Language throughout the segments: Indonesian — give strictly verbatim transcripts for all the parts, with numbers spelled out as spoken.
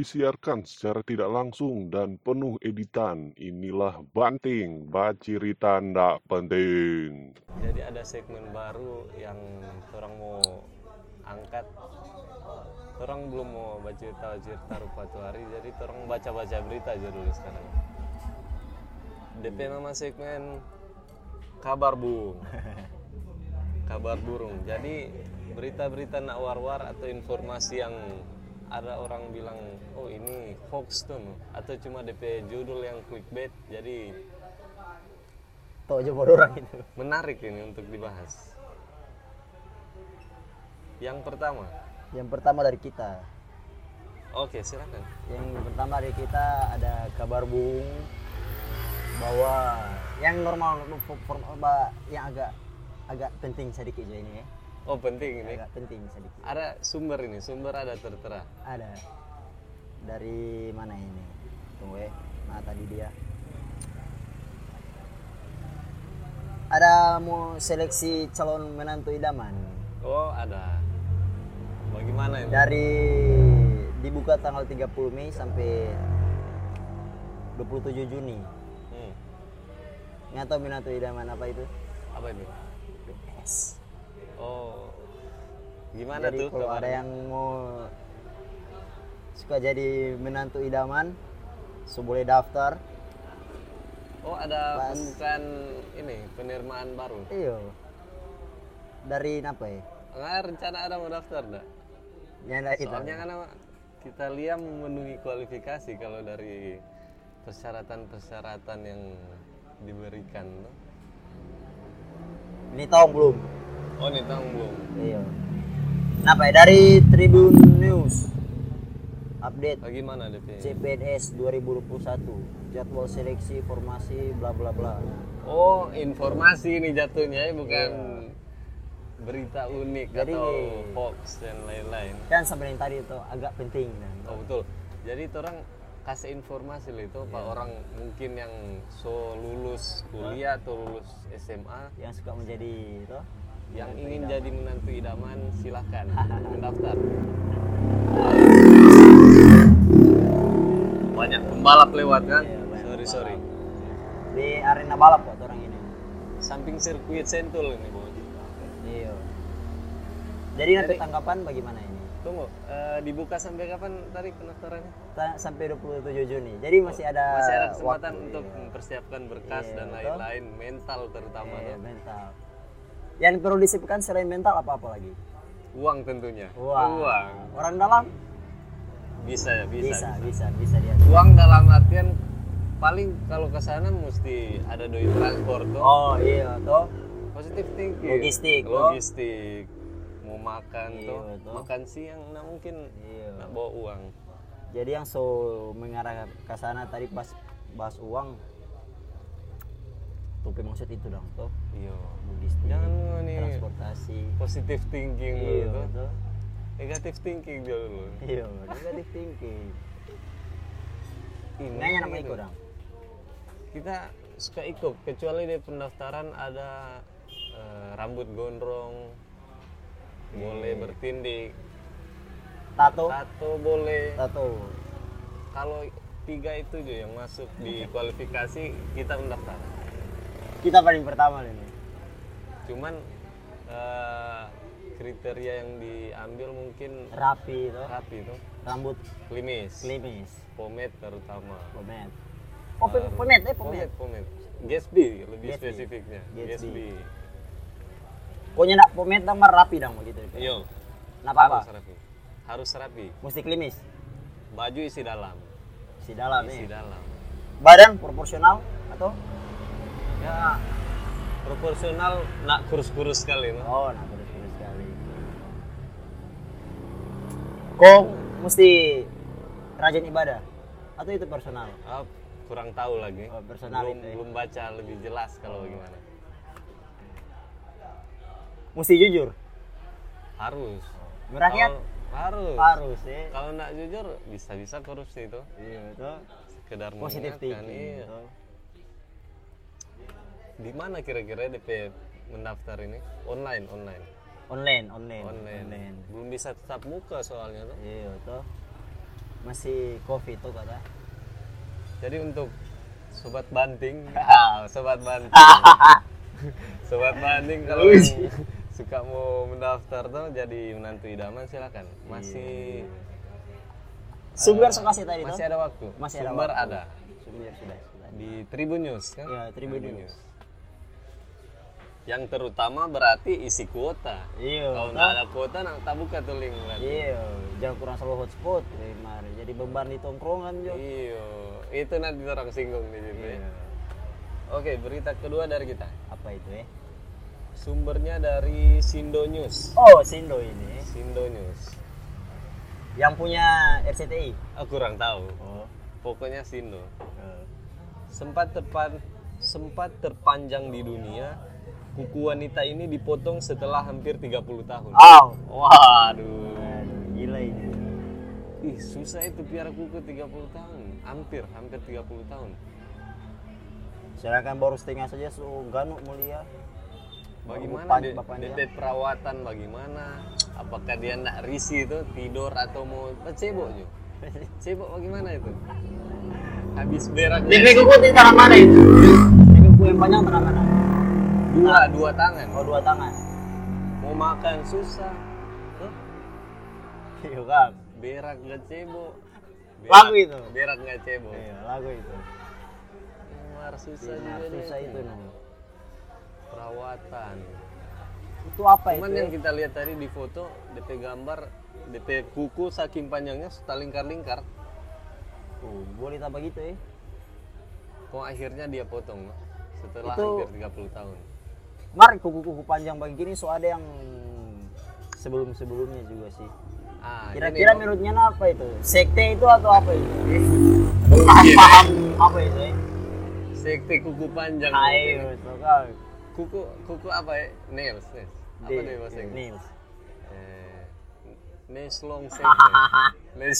disiarkan secara tidak langsung dan penuh editan. Inilah Banting, Bacirita Ndak Penting. Jadi ada segmen baru yang orang mau angkat. Orang belum mau baca cerita rupa tuh hari, jadi orang baca-baca berita aja dulu sekarang. D P nama segmen kabar burung. Kabar burung. Jadi berita-berita nak war-war atau informasi yang ada orang bilang, oh ini hoax tuh, atau cuma D P judul yang clickbait. Jadi Tuh aja bodoh orang itu. menarik ini untuk dibahas. Yang pertama, Yang pertama dari kita. oke silakan. Yang pertama dari kita ada kabar burung bahwa yang normal, formal, yang agak agak penting sedikit aja ini ya. Oh penting ini. Agak penting sedikit. Ada sumber ini, sumber ada tertera. Ada. Dari mana ini? Tunggu ya. Nah tadi dia. Ada mau seleksi calon menantu idaman. Oh ada. Bagaimana ini? Dari dibuka tanggal tiga puluh Mei sampai dua puluh tujuh Juni. Hmm. Nggak tahu menantu idaman apa itu? Apa itu? P S. Oh. Gimana Jadi tuh? kalau kabarnya? ada yang mau suka jadi menantu idaman, so boleh daftar. Oh ada Pas. pembukaan ini penerimaan baru. Iyo. Dari apa ya? Nggak rencana ada mau daftar dah. Nyanda kita. Soalnya kan apa, kita lihat memenuhi kualifikasi kalau dari persyaratan-persyaratan yang diberikan. No? Ini tahun belum. Oh ini tahun belum. Iya. Kenapa ya? Dari Tribun News. Update Bagaimana D P? C P N S dua ribu dua puluh satu. Jadwal seleksi, formasi, bla bla bla. Oh informasi ini jatuhnya ya, bukan Iya. berita unik Jadi- atau hoax dan lain-lain. Kan sampai yang tadi itu agak penting kan. Oh betul. Jadi itu orang kasih informasi lah itu pak orang mungkin yang so lulus kuliah atau lulus S M A Yang suka menjadi itu yang ingin jadi menantu idaman silakan mendaftar. Banyak pembalap lewat kan? Iya, banyak sorry pembalap. sorry. di arena balap kok orang ini. Samping sirkuit Sentul ini bos. Iya. Jadi nanti Jadi- tanggapan bagaimana ini? Tunggu, eh, dibuka sampai kapan tadi pendaftarannya? Ta- sampai dua puluh tujuh Juni. Jadi masih ada Masih ada kesempatan waktu, untuk iya. mempersiapkan berkas Iya, dan betul. lain-lain, mental terutama. Iya, no? mental. Yang perlu disiapkan selain mental apa-apa lagi? Uang tentunya. Uang. Uang. Orang dalam Bisa ya, bisa. bisa, bisa. bisa, bisa dia. Uang dalam artian paling kalau ke sana mesti ada doi transport tuh. Oh iya, toh. Positif thinking. Logistik, toh. Logistik. Mau makan Iya, tuh. toh. Makan siang nah mungkin Iya. nak bawa uang. Jadi yang so mengarah ke sana tadi pas bahas uang. Tuh maksud itu dong, toh. Iya. Logistik, Jangan nih transportasi. positif thinking Iya, dulu tuh. toh. Negatif thinking dulu. Iya, negatif thinking. Ini Nanya nama gitu. ikut dong. Kita suka ikut kecuali di pendaftaran ada eh, rambut gondrong, boleh bertindik, Tato, tato boleh. tato. Kalau tiga itu aja yang masuk di kualifikasi kita mendaftar. Kita paling pertama ini. Cuman eh, kriteria yang diambil mungkin Rapi itu, rapi itu, rambut klimis, klimis, pomade terutama. pomade. Oh, pem- pomade, eh pomade. Pomade, pomade. Gatsby lebih Gatsby. spesifiknya. Gatsby. Gatsby. Pokoknya nak pomade nama rapi dong begitu. Iya. Napa apa? Harus rapi. Harus rapi. Mesti klimis. Baju isi dalam. Si dalam Isi nih. dalam. Badan proporsional atau? Ya proporsional nak kurus-kurus sekali no? Oh, nah terus terus sekali. Kok mesti rajin ibadah atau itu personal? Ah, kurang tahu lagi. Oh, personal belum, itu ya. belum baca lebih jelas kalau bagaimana. Mesti jujur. Harus. Merakyat Kalau- harus. harus ya. Kalau nak jujur bisa-bisa korupsi itu. Iya, itu Sekedar positif mengingatkan, thinking. iya. Itu. Di mana kira-kira D P mendaftar ini? Online, online. Online, online, Online. online. Belum bisa tetap muka soalnya tuh. Iya, toh. masih covid tuh kata. Jadi untuk sobat banting, sobat banting, sobat banting kalau yang suka mau mendaftar tuh jadi menantu idaman silakan. Masih Sumber eh, sok kasih tadi masih tuh. ada waktu. Masih ada Sumber waktu. ada Sumber sudah, sudah. di Tribun News kan? Ya, Tribun News. Yang terutama berarti isi kuota. Iya. Kalau nggak ada kuota, nak tak buka tuh link berarti. Iya, jangan kurang selalu hotspot ya, mari. Jadi beban di tongkrongan juga. Iya, itu nanti orang singgung di situ. Iya. Ya. Oke, berita kedua dari kita. Apa itu ya? Sumbernya dari Sindo News. Oh, Sindo ini. Sindo News. Yang punya R C T I. Aku kurang tahu. Oh. Pokoknya Sindo. Eh. Sempat terpan sempat terpanjang di dunia. Kuku wanita ini dipotong setelah hampir tiga puluh tahun. Oh. Waduh. Aduh, gila ini. Ih, susah itu piara kuku tiga puluh tahun. Hampir, hampir tiga puluh tahun. Sedangkan baru setengah saja so ganuk mulia. Bagaimana Bapak- de, bapaknya. de, de perawatan bagaimana? Apakah dia nak risih itu tidur atau mau cebok juga? Cebok bagaimana itu? Habis berak. Jadi kuku di tangan mana itu? Jadi kuku yang panjang tangan mana? Dua, dua tangan. Oh, dua tangan. Mau makan susah. Huh? Iya kan. Berak nggak cebok. Lagu itu. Berak nggak cebok. Iya, lagu itu. Mar susah Nah, juga susah deh. itu no. Perawatan. Itu apa Cuman itu? yang kita lihat tadi di foto, D P gambar, D P kuku saking panjangnya sudah lingkar-lingkar. Tuh, boleh tambah gitu ya. Kok akhirnya dia potong no? Setelah Itu- hampir tiga puluh tahun. Mari kuku-kuku panjang begini so ada yang sebelum-sebelumnya juga sih. Ah, Kira-kira ini, no. menurutnya apa itu? Sekte itu atau apa itu? Paham apa itu ya? Sekte kuku panjang. Ayo, so kau. Kuku kuku apa ya? Nails, nails. Apa deh bahasa Inggris? Nails. Eh, nails long sekte. Nails.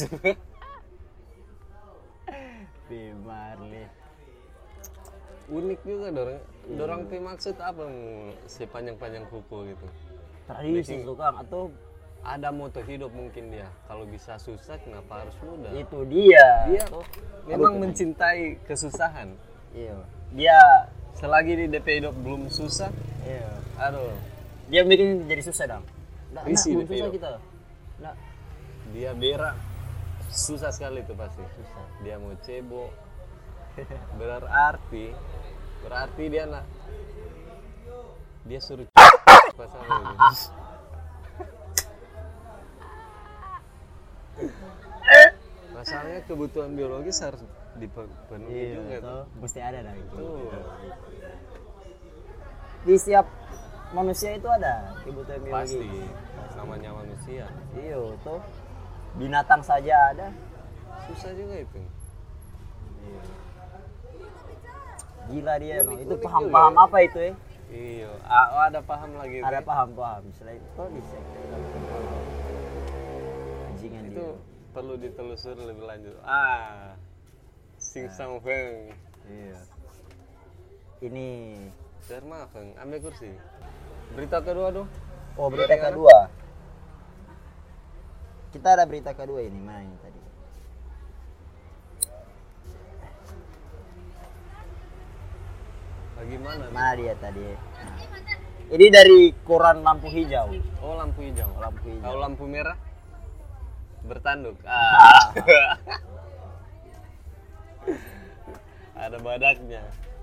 Bimarli. Unik juga dorang. Dorang tuh maksud apa mu sepanjang-panjang kuku gitu? Tradisi Bikin- tuh Kang atau Ada moto hidup mungkin dia. Kalau bisa susah kenapa harus mudah? itu dia. Dia Tuh. memang Aduh, mencintai kesusahan. Iya. Dia Selagi di D P hidup belum susah, iya. aduh, Dia bikin jadi susah dong. Nggak, Risih belum di susah video. kita. Nggak. dia berak susah sekali itu pasti. Susah. Dia mau cebok, berarti, berarti dia nak, dia suruh pasal itu. Masalahnya kebutuhan biologis harus dipenuhi juga Iya, tuh. tuh. Mesti ada dah itu. Tuh. Di setiap manusia itu ada kebutuhan biologi. Pasti, namanya manusia. Iya, tuh. Binatang saja ada. Susah juga itu. Gila dia, no. Unik- Itu unik paham-paham juga. apa itu ya? Iya, ah, oh, ada paham lagi. Ada Teh. paham-paham. Selain itu di sekte. Anjingan Itu dia. perlu ditelusuri lebih lanjut. Ah, sing sang feng. Iya. Ini Dharma feng, ambil kursi. Berita kedua dong. oh berita kedua. Kita ada berita kedua ini, mana ini tadi? Bagaimana? Mana dia tadi? Ini dari koran lampu hijau. Oh, lampu hijau. Lampu hijau. Kalau lampu merah bertanduk. Ah. Ada badaknya.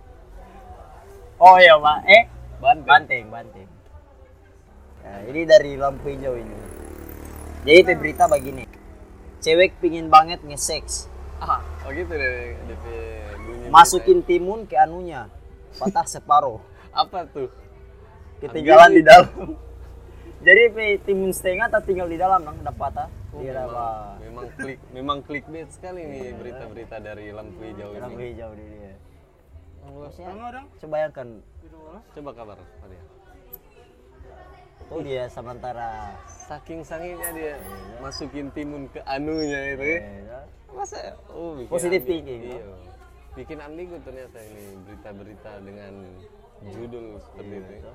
Oh iya pak, eh Banteng. banteng, banteng. Nah, ini dari lampu hijau ini. Jadi itu berita begini. Cewek pingin banget nge-seks. Ah, oh gitu deh D P bunyi. Masukin timun ke anunya. Patah separuh. berita. Apa tuh? Ketinggalan Ambil. di dalam. Jadi pe timun setengah tak tinggal di dalam dong, dapat patah. Oh, Dia memang, dapat memang klik, memang clickbait sekali nih berita-berita dari lampu hijau lampu ini. hijau di dia. Maksudnya, Coba bayangkan. coba kabar Maria. Tuh dia sementara Saking sangitnya dia masukin timun ke anunya itu ya. eh, Masa oh bikin Positive ambi- thinking, Iya. Bikin ambigu ternyata ini berita-berita dengan judul seperti itu. ya.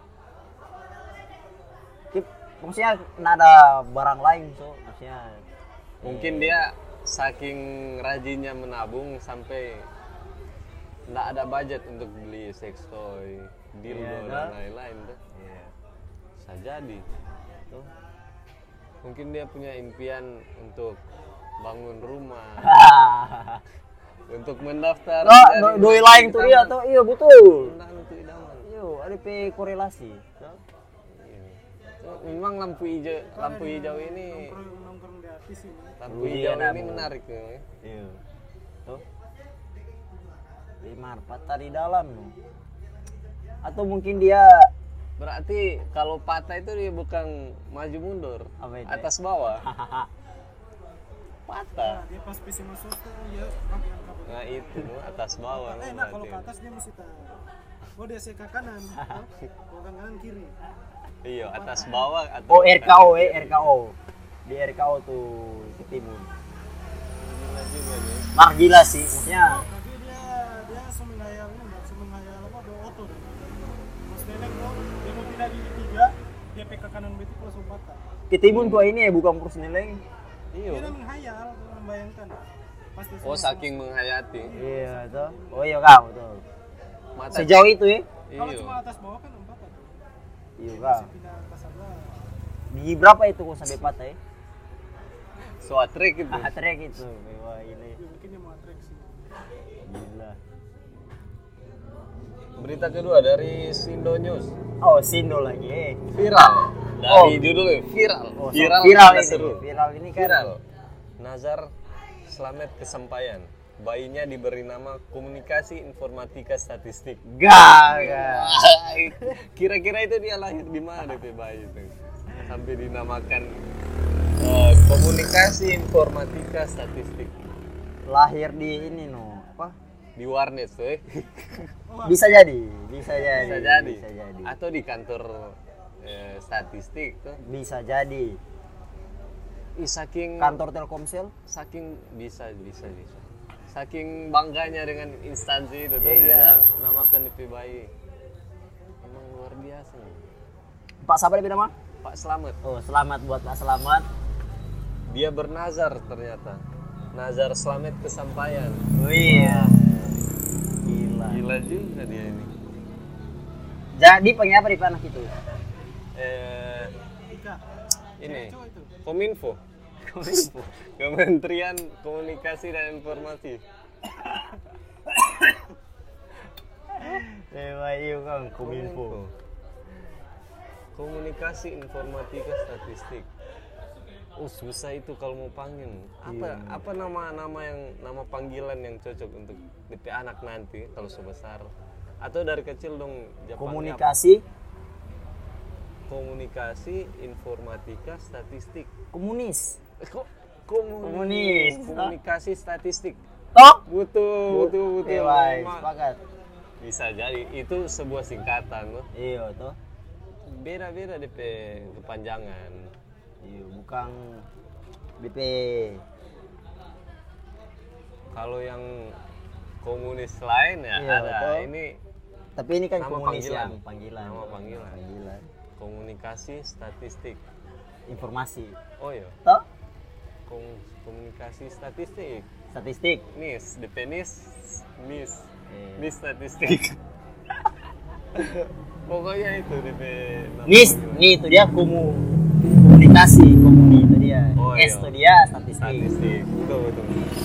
Kip, maksudnya nggak ada barang lain so maksudnya Mungkin dia saking rajinnya menabung sampai nggak ada budget untuk beli sex toy, dildo Iya, dan kan? lain-lain tuh. Iya. Bisa jadi. Tuh. Mungkin dia punya impian untuk bangun rumah, untuk mendaftar. Nah, jadi do- doi lain tuh dia idaman. tuh, iya betul. Nah, untuk idaman. Iya, ada pe korelasi. Iya. Memang lampu hijau, lampu hijau ini, Nongkrong nongkrong di atas ini. lampu Iya, hijau ini namu. menarik tuh. Iya. Tuh. Di marpat tadi dalam loh. Atau mungkin dia Berarti kalau patah itu dia bukan maju mundur, Apa itu? atas bawah. Patah. Nah, dia pas P C masuk tuh ya pakai yang kabel. Nah itu atas bawah. Eh, nah kalau ke atas dia mesti tahu. Oh dia ke kanan, oh, kalau ke kanan kiri. Iya, atas bawah atau oh R K O eh R K O. Di R K O tuh ketimun. Gila juga nih. Mar gila sih, maksudnya Tapi dia dia semenghayal ini, nggak semenghayal apa bawa otot. Mas Neneng tuh dia mau pindah di tiga, dia pe ke kanan begitu langsung patah. ketimun tuh ini ya bukan kurus nilai. Iya. Dia menghayal, membayangkan. Pasti Oh saking menghayati. Iya tuh. Oh iya kau tuh. Mata. Sejauh itu ya? Kalau Iya. cuma atas bawah kan empat tuh. Iya Dia kau. bisa pindah ke sebelah. Di berapa itu kok sampai patah ya? So atrik itu. Ah, trek itu. Wah ini Dia mungkin dia mau atraksi. gila. Berita kedua dari Sindo News. Oh Sindo lagi eh. Viral. Dari Oh. judulnya viral. Oh, so viral viral karena ini. seru. Viral ini kan. Viral. Nazar Slamet kesampaian. Bayinya diberi nama Komunikasi Informatika Statistik. Gak, gak. Kira-kira itu dia lahir di mana D P bayi itu? Sampai dinamakan eh, Komunikasi Informatika Statistik. Lahir di ini no, apa? Di warnet tuh. eh. Bisa jadi, bisa jadi. Bisa jadi. Bisa jadi. Atau di kantor eh, statistik tuh. Bisa jadi. Ih, saking Kantor Telkomsel? saking bisa bisa bisa. Saking bangganya dengan instansi itu tuh Iya. dia namakan D P bayi. Emang luar biasa nih. Pak siapa dia nama? Pak Slamet. Oh, selamat buat Pak Selamat. Dia bernazar ternyata. Nazar Slamet kesampaian. Oh iya. Gila. Gila juga dia ini. Jadi pengen apa di anak itu? Eh, Ika. ini Cowok itu. Kominfo. Kominfo. Kementerian Komunikasi dan Informasi. Dewa iya kan, Kominfo. Komunikasi Informatika Statistik. Oh susah itu kalau mau panggil. Apa apa nama-nama yang nama panggilan yang cocok untuk D P anak nanti kalau sebesar atau dari kecil dong dia panggil apa? Komunikasi, Komunikasi Informatika Statistik. komunis. Eh, Kok komunis? Komunis. Komunikasi Statistik. Toh? Butuh, butuh, butuh. Dewa, Nama. sepakat. Bisa jadi itu sebuah singkatan loh. Iya toh. Beda-beda D P kepanjangan. Iya, bukan B P. Kalau yang komunis lain ya Iya, ada betul. ini Tapi ini kan Nama komunis panggilan. yang panggilan. Nama panggilan. Panggilan. komunikasi statistik. Informasi. Oh iya, Toh? Kom- komunikasi statistik. Statistik. Nis, D P Nis, Nis, Eh. Nis statistik. Pokoknya itu D P nama Nis, panggilan. nih itu dia komu komunikasi, komuni itu dia. Oh, S iya. itu dia statistik. Statistik, betul betul.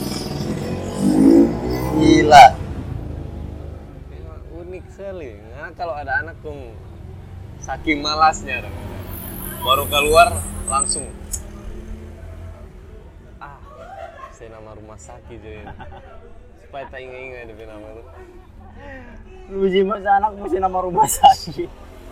Gila. Memang unik sekali. Nah, kalau ada anak tuh saking malasnya dong. Baru keluar langsung ah saya nama rumah sakit jadi supaya tak ingat-ingat dia nama itu. Lu sih masa anak mesti nama rumah sakit.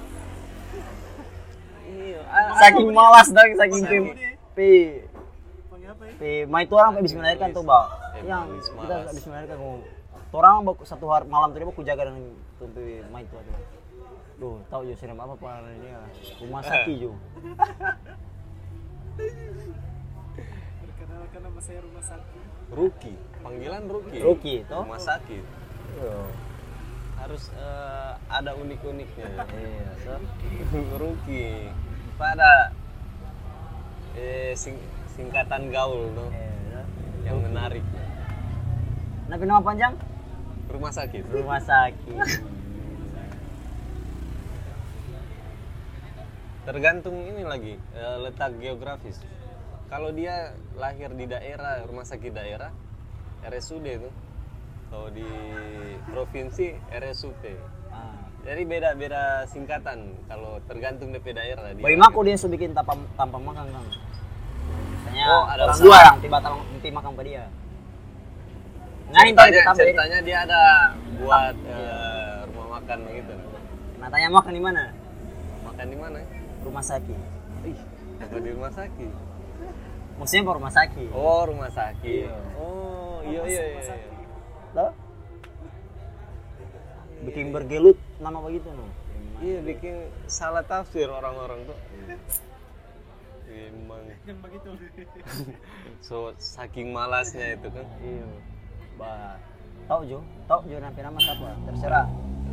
Iya, ah, Saking malas dan saking p Saking- p Panggil apa ya? p ma itu orang habis melahirkan tuh, Bang. Eh, Yang malas, kita malas. habis melahirkan ngomong. Orang bak- satu hari malam tadi aku jaga dengan tuh p ma itu tuh. Duh, tahu jo serem apa pak dia. Rumah sakit jo. Perkenalkan nama saya rumah sakit. Ruki, panggilan Ruki. Ruki, toh? Rumah sakit. Iya. Harus eh, ada unik-uniknya. Iya, toh. Ruki. Pada eh, sing- singkatan gaul tuh. Iya. yang menarik. Tapi nama panjang? Rumah sakit. Rumah sakit. Tergantung ini lagi eh, letak geografis. Kalau dia lahir di daerah rumah sakit daerah R S U D itu. Kalau di provinsi R S U P. Ah. Jadi beda-beda singkatan kalau tergantung D P daerah. dia Bagaimana aku dia sudah bikin tanpa tanpa makan kan? Misalnya Oh, ada orang usaha. dua yang tiba tiba nanti makan ke dia. Nah ini ceritanya, tambah ceritanya dia ada buat eh, rumah makan gitu. Nah tanya makan di mana? Makan di mana? Rumah sakit. Ih, apa di rumah sakit? Maksudnya apa rumah sakit? Oh, rumah sakit. Iya. Oh, iya iya iya. iya. Tahu? Bikin bergelut nama begitu no. Iya, bikin salah tafsir orang-orang tuh. Emang Yang begitu. so saking malasnya itu kan. Iya. Ba, tahu Jo? Tahu Jo nampi nama siapa? Terserah.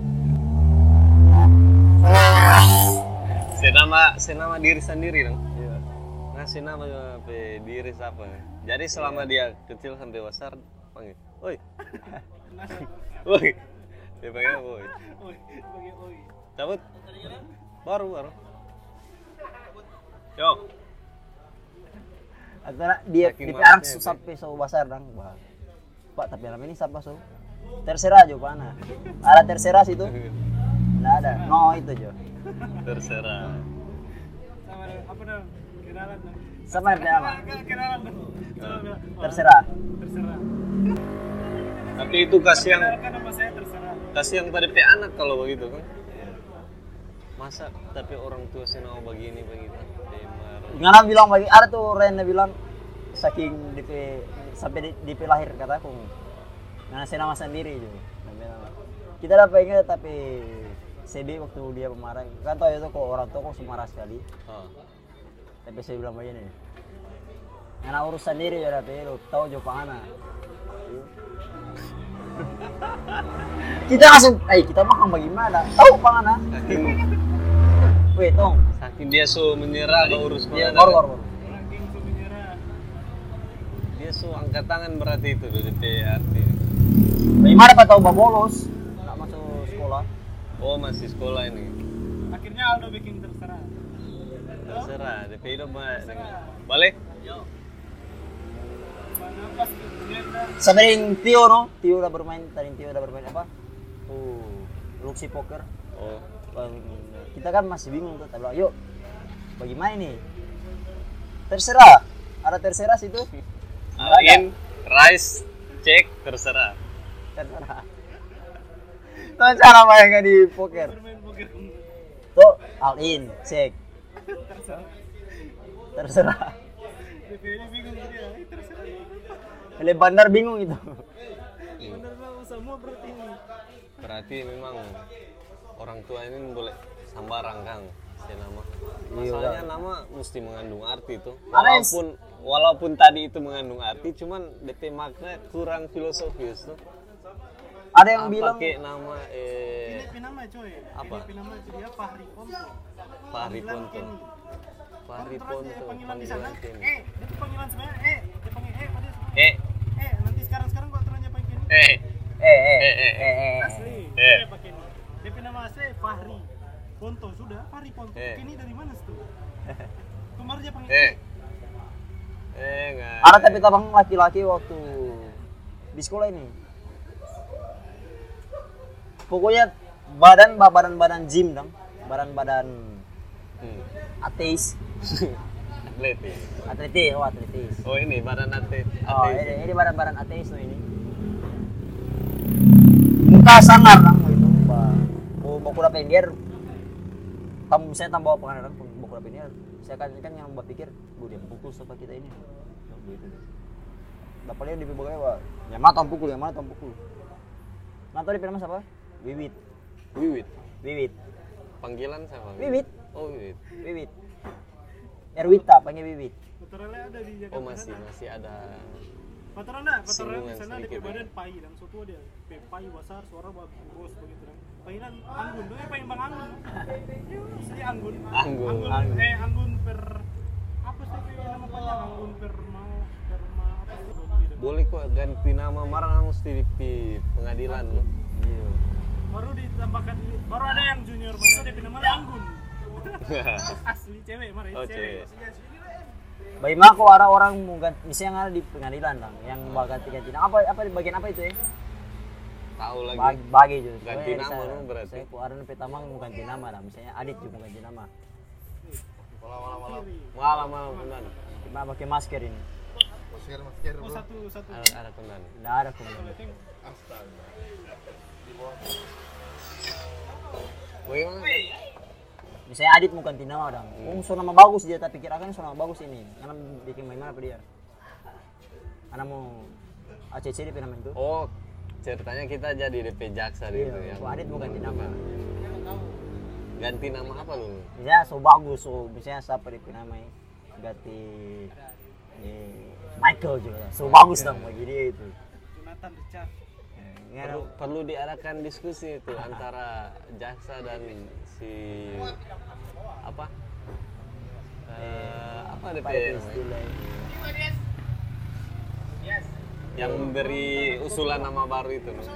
Senama senama diri sendiri dong. Iya. Ngasih nama pe diri siapa? Jadi selama dia kecil sampai besar panggil, "Oi." Oi. Dia panggil oi. Oi, sebagai oi. Cabut. Baru baru. Yo. Antara dia Saking di anak malasnya, sampai so besar dong. Bah. Pak tapi nama ini siapa so? Terserah Jo pana. Ada terserah situ? Nggak ada. No itu Jo. Terserah. Sama apa dong? Kenalan dong. Sama nampi nama. Ke- Kenalan dong. Coba bilang, oh, Terserah. Terserah. Tapi itu kasih yang Kenalkan nama saya terserah. kasih yang pada pe anak kalau begitu kan. Masa tapi orang tua senang begini begitu. Demar. Ngana bilang bagi ada tuh Ren bilang saking D P sampai di, D P lahir kataku. Ngana saya nama sendiri Jo. Nampi nama. Kita dapat ingat tapi sedih waktu dia pemarah. Kan tahu itu kok orang tua kok semarah sekali. Ah. Tapi saya bilang begini. Ngana urus sendiri Jo dapat lu tahu Jo pangana. Kita langsung, eh kita makan bagaimana? Tahu pangana? Saking Weh tong. saking dia so menyerah ke urus Dia mana. baru baru. baru. Orang gengsi menyerah. Dia so angkat tangan berarti itu D P arti. Bagaimana Pak tahu bolos? Nggak masuk sekolah. Oh, masih sekolah ini. Akhirnya Aldo bikin terserah. Terserah, D P hidup mah balik. Mana pas ternyata Sama dengan Tio no, Tio udah bermain, tadi Tio udah bermain apa? Uh, Luxi Poker. Oh, Bang, kita kan masih bingung tuh, kita bilang, yuk, bagaimana ini? Terserah, ada terserah situ. all in, rice, cek, terserah. Terserah. Tuh cara mainnya di poker. bermain poker. Tuh, all in, cek, Terserah. terserah. D P ini bingung dia. Eh, terserah. Hele bandar bingung itu. Bener bang, semua berarti ini. Berarti memang orang tua ini boleh sambarang Kang, si nama. Iya, Masalahnya nama mesti mengandung arti tuh. Ada yang- Walaupun walaupun tadi itu mengandung arti, cuman D P makna kurang filosofis tuh. Ada yang Apa bilang, kayak nama eh Ini nama coy. Apa? Ini nama dia Fahri Ponto. Fahri Panggilan Ponto. Kenny. Fahri Kontrol aja Ponto, panggilan di sana. panggilan Kenny. Eh, dia tuh panggilan sebenarnya eh, dia panggil eh pada semua. Eh, Eh, nanti sekarang sekarang gua aturannya pakai Kenny. eh, eh, eh, Eh, eh, eh, eh, Asli. Eh. Dia pakai Kenny. Dia punya nama asli Fahri Ponto sudah. Fahri Ponto. Eh. Kenny dari mana tuh? Kemarin dia panggil. eh, eh, nggak. Ada tapi tabang laki-laki waktu di sekolah ini. Pokoknya badan badan badan gym dong, badan badan Hmm. ateis, Atletis. atletis, oh atletis. Oh ini badan atlet. Oh atletis. ini, ini badan badan ateis tuh ini. Muka sangar dong gitu, bah. Mau mau kuda pendir, tam saya tambah pengen dong, mau kuda pendir. Saya kan kan yang berpikir, bu dia pukul sama kita ini. Oh, gitu deh. Dapatnya di bawahnya wah, yang mana tom pukul, yang mana tom pukul. Nah tadi nama siapa? Wiwit, Wiwit. Wiwit, Panggilan siapa? Wiwit, Oh Wiwit. Wiwit. Erwita panggil Wiwit. Patrolnya ada di Jakarta. Oh masih sana. masih ada. Patrolnya, patrolnya Singgungan di sana di sedikit, badan pai dan suatu dia. Pe pai besar suara bagus begitu dan. Painan Anggun, tuh eh pain Bang Anggun. Saya Anggun. Anggun. Anggun. Eh Anggun per apa sih kayak nama panjang Anggun per mau per ma apa sih gitu. boleh kok ganti nama, marah mesti di pengadilan loh. Iya. Baru ditambahkan, baru ada yang junior masuk dia nama Anggun. Asli cewek marah Oh, cewek. cewek. Bagaimana kok ada orang mau ganti, misalnya yang ada di pengadilan bang, yang mau ganti-ganti nama, apa apa bagian apa itu ya? Tahu lagi. Bagi, bagi juga. Ganti Saya- nama saya- lu berarti. Saya kok ada pertama mau ganti nama lah, misalnya Adit juga mau ganti nama. Malam malam kendan. Cuma pakai masker ini. Oh satu satu. Ada ada kendan. Nggak ada kemudian. Bagaimana? Misalnya Adit mau ganti nama dong. Oh, so nama bagus dia, tapi kira kan so nama bagus ini. Karena bikin main mana apa dia? Karena mau A C C D nama itu. Oh, ceritanya kita jadi D P jaksa Iya, gitu yang kok Adit mau ganti nama. ganti nama apa lu? Misalnya so bagus, so misalnya siapa dia nama ini? Ganti eh, Michael juga. So bagus dong bagi dia itu. Jonathan Richard. Ya, Perlu, perlu diadakan diskusi itu antara jaksa dan si apa? Eh, apa D P apa itu namanya? istilah ini? Yang beri usulan nama baru itu. no?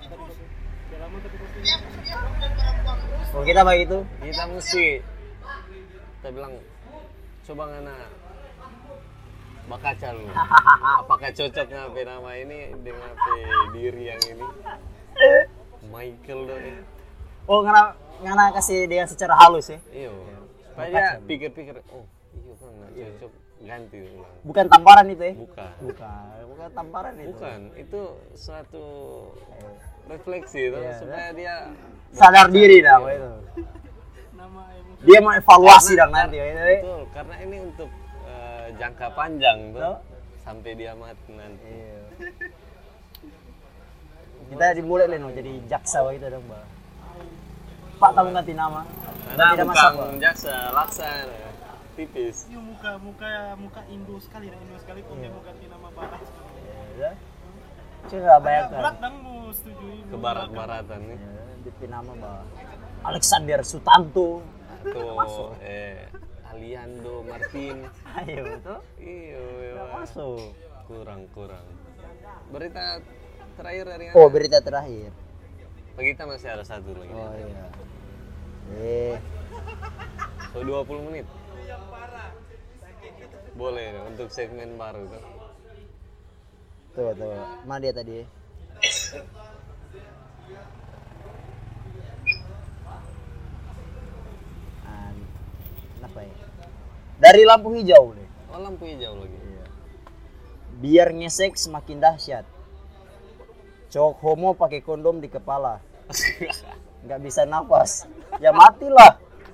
Kalau kita begitu, Kita mesti kita bilang coba ngana bakaca lu. Apakah cocok ngapain nama ini dengan pe diri yang ini? Michael dong. eh. oh karena karena kasih dengan secara halus ya. Iya. Supaya dia pikir-pikir, oh iya kan nggak cocok, ganti ulang. Bukan tamparan itu ya? Bukan. Bukan, bukan tamparan itu. Bukan, itu suatu refleksi itu Iya, supaya dia Sadar diri dah itu. Nama emosi. Dia mau evaluasi dong nanti ya. Itu, ya. betul, karena ini untuk eh, jangka panjang tuh Tuh. sampai dia mati nanti. Iya. Kita dimulai nih no, jadi jaksa gitu dong, Bang. Pak tahu ganti nama. Karena Tidak masalah. bukan jaksa, laksana, tipis. Iya muka muka muka Indo sekali, nah Indo sekali kok dia mau ganti nama barat. Ya. Coba Berat bayangkan. dong mau setujui. Ke barat-baratan nih. Ya, D P nama Bang. Alexander Sutanto. Tuh, eh, Aliando Martin. Ayo itu. Iya, Nggak masuk. kurang kurang. Berita terakhir dari Oh, Anda. berita terakhir. Bagi kita masih ada satu lagi. Oh iya. Eh, So dua puluh menit. Boleh untuk segmen baru tuh. tuh tuh. Mana dia tadi? An, apa ya? Dari lampu hijau deh. Oh lampu hijau lagi. Biar ngesek semakin dahsyat. Cowok homo pakai kondom di kepala. Nggak bisa nafas. Ya matilah.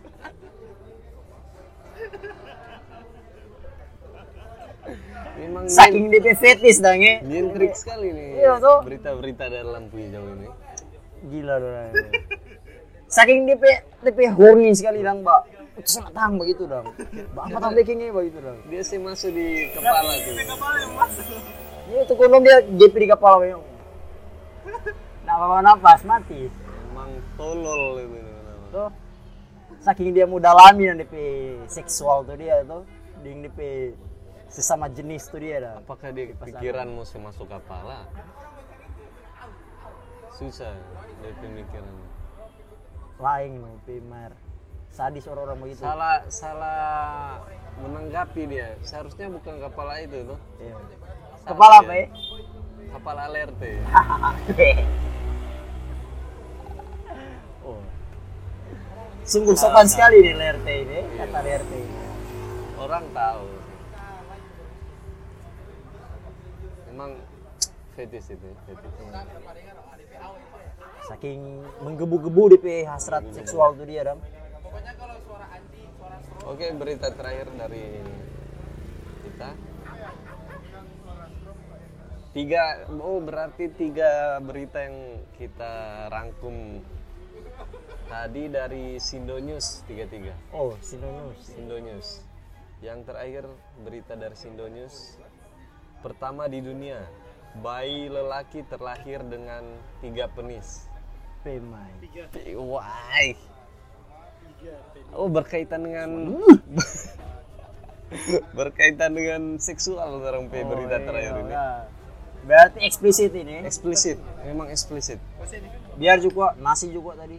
Memang Saking D P fetis dong ya. nyentrik sekali nih Iya, tuh. berita-berita dari lampu hijau ini. Gila dong. Saking D P D P horny sekali dong, Mbak. Itu sangat tahan begitu dong. Mbak, apa tahu backingnya begitu dong. Dia sih masuk di kepala tuh. Kepala yang masuk. Ini itu kondom dia D P di kepala Bang. Nggak apa-apa nafas mati. Emang tolol itu nama. Tuh. Saking dia mau dalami dan D P seksual tuh dia tuh. Ding D P sesama jenis tuh dia dah. Apakah dia pikiran mesti masuk kepala? Susah dia pemikiran. Lain no, Pimar. Sadis orang-orang begitu. Salah salah menanggapi dia. Seharusnya bukan kepala itu tuh. Iya. Salah Kepala dia. apa ya? Kepala alerte. Oh. Sungguh sopan sekali nih L R T ini, kata L R T ini. Orang tahu. Memang fetis itu, fetis. Saking menggebu-gebu D P hasrat seksual tuh dia, Dam. Oke, berita terakhir dari kita. Tiga, oh berarti tiga berita yang kita rangkum tadi dari Sindo News tiga-tiga. Oh, Sinonus. Sindo News. Yang terakhir berita dari Sindo News. Pertama di dunia, bayi lelaki terlahir dengan tiga penis. Pemai. Why? Oh berkaitan dengan berkaitan dengan seksual orang pe berita terakhir ini. Berarti eksplisit ini. Eksplisit, memang eksplisit. Biar juga nasi juga tadi.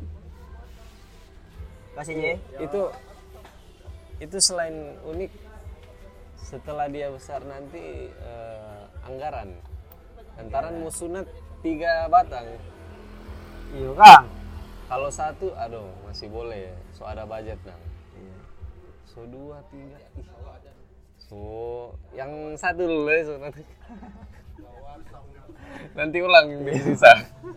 Kasih J. Itu itu selain unik, setelah dia besar nanti eh, anggaran antaran mau sunat tiga batang. Iya Kang. Kalau satu, aduh masih boleh, so ada budget nang. So dua, tiga, ih. So yang satu dulu ya, so nanti. Nanti ulang yang sisa.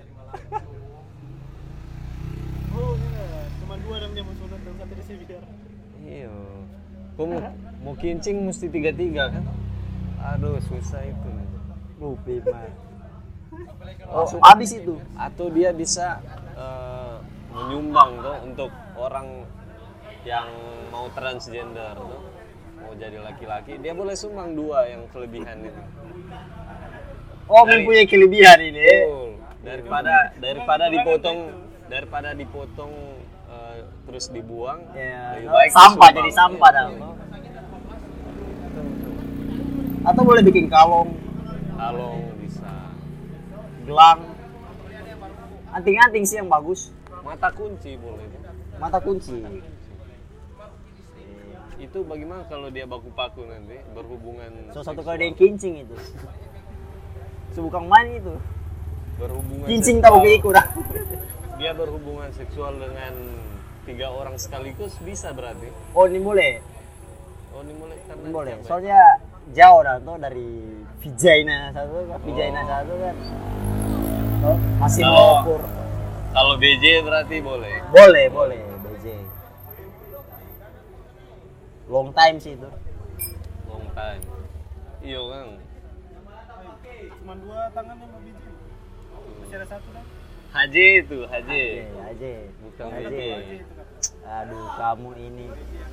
Oh iya, cuma dua dan dia mau sunat dan satu di sini biar. Iya. Kok mau, mau kincing mesti tiga-tiga kan? Aduh susah itu. Lupa mah. Oh, habis itu. Atau dia bisa eh, menyumbang tuh untuk orang yang mau transgender tuh, mau jadi laki-laki, dia boleh sumbang dua yang kelebihan itu. Oh, Dari- mempunyai kelebihan ini. Betul. Daripada daripada dipotong daripada dipotong eh, terus dibuang, Ya, lebih baik sampah disumbang. jadi sampah dah. Atau boleh bikin kalung, Kalau bisa gelang. Anting-anting sih yang bagus. mata kunci boleh tuh. Mata kunci. Itu bagaimana kalau dia baku paku nanti berhubungan So satu seksual? kali dia yang kincing itu. So bukan main itu. berhubungan Kincing seksual. tahu ke ikut dah. Dia berhubungan seksual dengan tiga orang sekaligus bisa berarti. Oh ini boleh. Oh ini mulai karena Ini boleh. siapa ya? Soalnya jauh dah tuh dari vagina satu kan. Vagina Oh. satu kan. Oh, masih Kalau- mau ukur. Kalau B J berarti boleh. Boleh, boleh. B J. Long time sih itu. Long time. Iya kan. Cuma dua tangan sama biji. Masih ada satu dah. H J itu H J. Aja. Bukan Aja. B J. Aduh, kamu ini.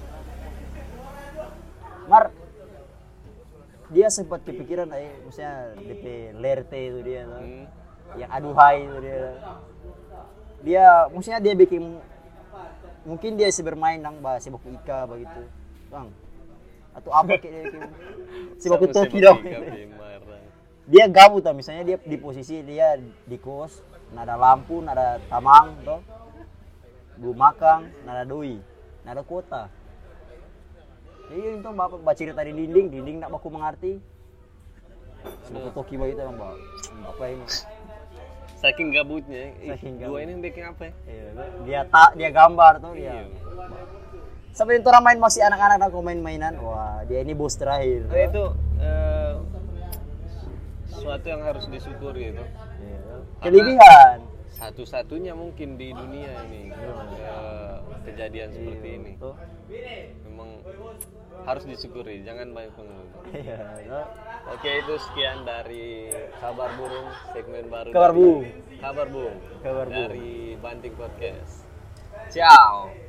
Mar, dia sempat kepikiran eh misalnya D P lerte itu dia tuh. Hmm. Yang aduhai itu dia. Dia maksudnya dia bikin mungkin dia si bermain dong bah si baku ika begitu. Bang. Atau apa kayak dia bikin. Si baku Sama toki si dong. Baku Ika, marah. Dia gabut lah misalnya dia di posisi dia di kos, nada lampu, nada tamang toh. Bu makang, nada doi, nada kuota. Jadi itu bapak baca cerita di dinding, dinding nak baku mengerti. Sebuah toki begitu bang, Bang. Apa ini? Saking gabutnya, ih, Saking dua gabut. ini bikin apa ya? Iya, dia tak dia gambar tuh dia. Iya. Sampai itu orang main masih anak-anak aku main mainan. Wah, dia ini bos terakhir. Nah, itu eh, sesuatu yang harus disyukuri itu. Iya. Kelebihan. Satu-satunya mungkin di dunia ini eh, kejadian seperti ini. Tuh. Memang harus disyukuri, jangan banyak pengeluh. Iya. tuh. Oke, itu sekian dari kabar burung segmen baru. Kabar dari- burung. Kabar burung. Kabar burung. Dari Banting Podcast. Ciao.